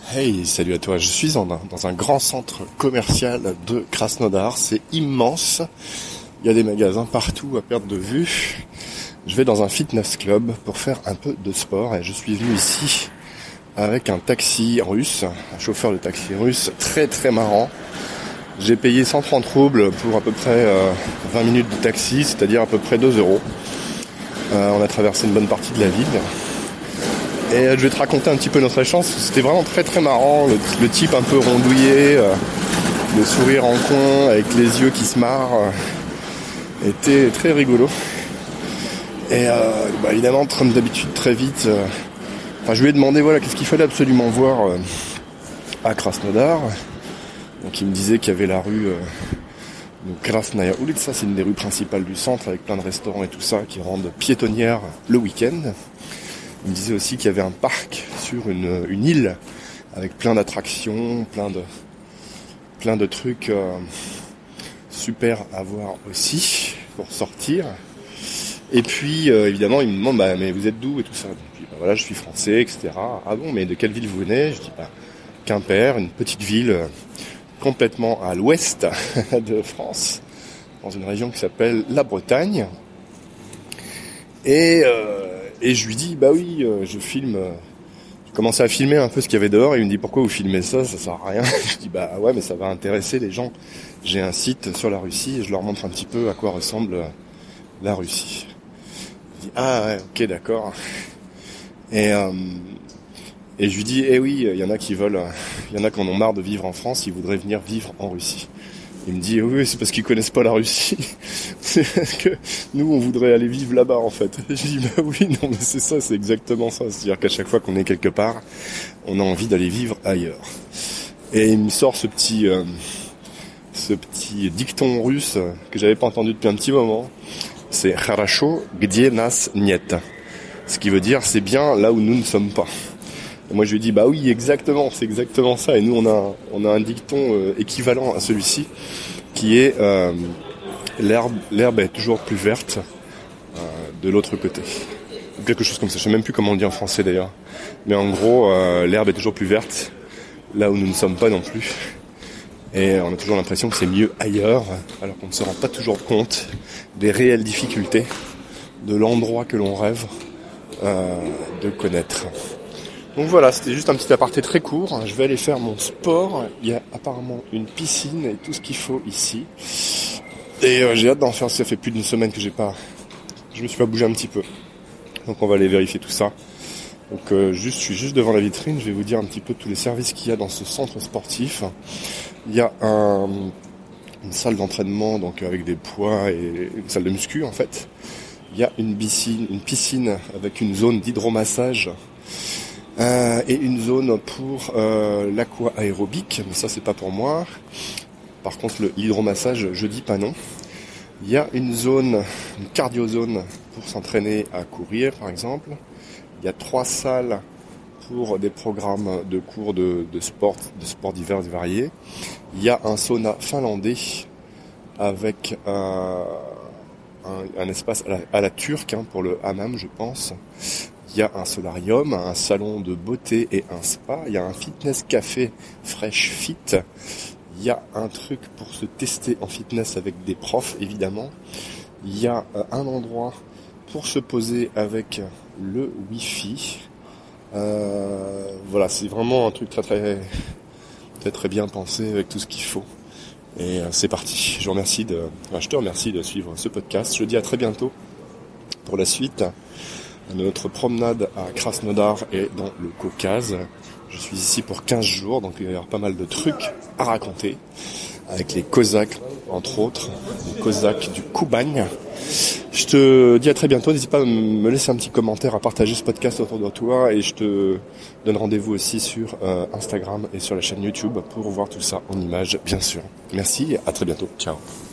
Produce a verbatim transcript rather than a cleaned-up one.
Hey, salut à toi. Je suis dans un, dans un grand centre commercial de Krasnodar. C'est immense. Il y a des magasins partout à perte de vue. Je vais dans un fitness club pour faire un peu de sport et je suis venu ici avec un taxi russe, un chauffeur de taxi russe très très marrant. J'ai payé cent trente roubles pour à peu près euh, vingt minutes de taxi, c'est-à-dire à peu près deux euros. Euh, on a traversé une bonne partie de la ville. Et je vais te raconter un petit peu notre échange. C'était vraiment très très marrant. Le, le type un peu rondouillé, euh, le sourire en coin, avec les yeux qui se marrent, euh, était très rigolo. Et euh, bah, évidemment, comme d'habitude, très vite, euh, enfin, je lui ai demandé voilà qu'est-ce qu'il fallait absolument voir euh, à Krasnodar. Donc il me disait qu'il y avait la rue euh, Krasnaya Ulitsa, c'est une des rues principales du centre avec plein de restaurants et tout ça qui rendent piétonnière le week-end. Il me disait aussi qu'il y avait un parc sur une, une île avec plein d'attractions, plein de, plein de trucs euh, super à voir aussi pour sortir. Et puis euh, évidemment il me demande bah, mais vous êtes d'où et tout ça. Puis, bah, voilà, je suis français, et cetera. Ah bon, mais de quelle ville vous venez? Je dis bah, Quimper, une petite ville euh, complètement à l'ouest de France, dans une région qui s'appelle la Bretagne. Et euh, Et je lui dis, bah oui, euh, je filme, euh, je commençais à filmer un peu ce qu'il y avait dehors, et il me dit, pourquoi vous filmez ça, ça sert à rien. Je dis, bah ouais, mais ça va intéresser les gens. J'ai un site sur la Russie, et je leur montre un petit peu à quoi ressemble la Russie. Je dis, ah ouais, ok, d'accord. Et, euh, et je lui dis, eh oui, il y en a qui veulent, il y en a qui en ont marre de vivre en France, ils voudraient venir vivre en Russie. Il me dit, oui, c'est parce qu'ils connaissent pas la Russie. C'est parce que nous, on voudrait aller vivre là-bas, en fait. Je dis, bah oui, non, mais c'est ça, c'est exactement ça. C'est-à-dire qu'à chaque fois qu'on est quelque part, on a envie d'aller vivre ailleurs. Et il me sort ce petit, euh, ce petit dicton russe que j'avais pas entendu depuis un petit moment. C'est Kharasho где нас нет. Ce qui veut dire, c'est bien là où nous ne sommes pas. Et moi, je lui dis, bah oui, exactement, c'est exactement ça. Et nous, on a, on a un dicton euh, équivalent à celui-ci, qui est euh, l'herbe, l'herbe est toujours plus verte euh, de l'autre côté. Ou quelque chose comme ça. Je sais même plus comment on le dit en français d'ailleurs. Mais en gros, euh, l'herbe est toujours plus verte là où nous ne sommes pas non plus. Et on a toujours l'impression que c'est mieux ailleurs, alors qu'on ne se rend pas toujours compte des réelles difficultés de l'endroit que l'on rêve euh, de connaître. Donc voilà, c'était juste un petit aparté très court. Je vais aller faire mon sport. Il y a apparemment une piscine et tout ce qu'il faut ici. Et euh, j'ai hâte d'en faire. Ça fait plus d'une semaine que j'ai pas, je me suis pas bougé un petit peu. Donc on va aller vérifier tout ça. Donc euh, juste, je suis juste devant la vitrine. Je vais vous dire un petit peu tous les services qu'il y a dans ce centre sportif. Il y a un, une salle d'entraînement, donc avec des poids et une salle de muscu en fait. Il y a une piscine, une piscine avec une zone d'hydromassage. Euh, et une zone pour euh, l'aqua aérobique, mais ça c'est pas pour moi. Par contre le l'hydromassage, je dis pas non. Il y a une zone, une cardio-zone pour s'entraîner à courir par exemple. Il y a trois salles pour des programmes de cours de, de sport, de sport divers et variés. Il y a un sauna finlandais avec euh, un, un espace à la, à la turque hein, pour le hammam je pense. Il y a un solarium, un salon de beauté et un spa. Il y a un fitness café Fresh Fit. Il y a un truc pour se tester en fitness avec des profs, évidemment. Il y a un endroit pour se poser avec le Wi-Fi. Euh, voilà, c'est vraiment un truc très très très très bien pensé avec tout ce qu'il faut. Et c'est parti. Je vous remercie de, enfin, je te remercie de suivre ce podcast. Je te dis à très bientôt pour la suite de notre promenade à Krasnodar et dans le Caucase. Je suis ici pour quinze jours, donc il va y avoir pas mal de trucs à raconter, avec les Cosaques, entre autres, les Cosaques du Koubagne. Je te dis à très bientôt, n'hésite pas à me laisser un petit commentaire, à partager ce podcast autour de toi, et je te donne rendez-vous aussi sur euh, Instagram et sur la chaîne YouTube pour voir tout ça en images, bien sûr. Merci, et à très bientôt, ciao.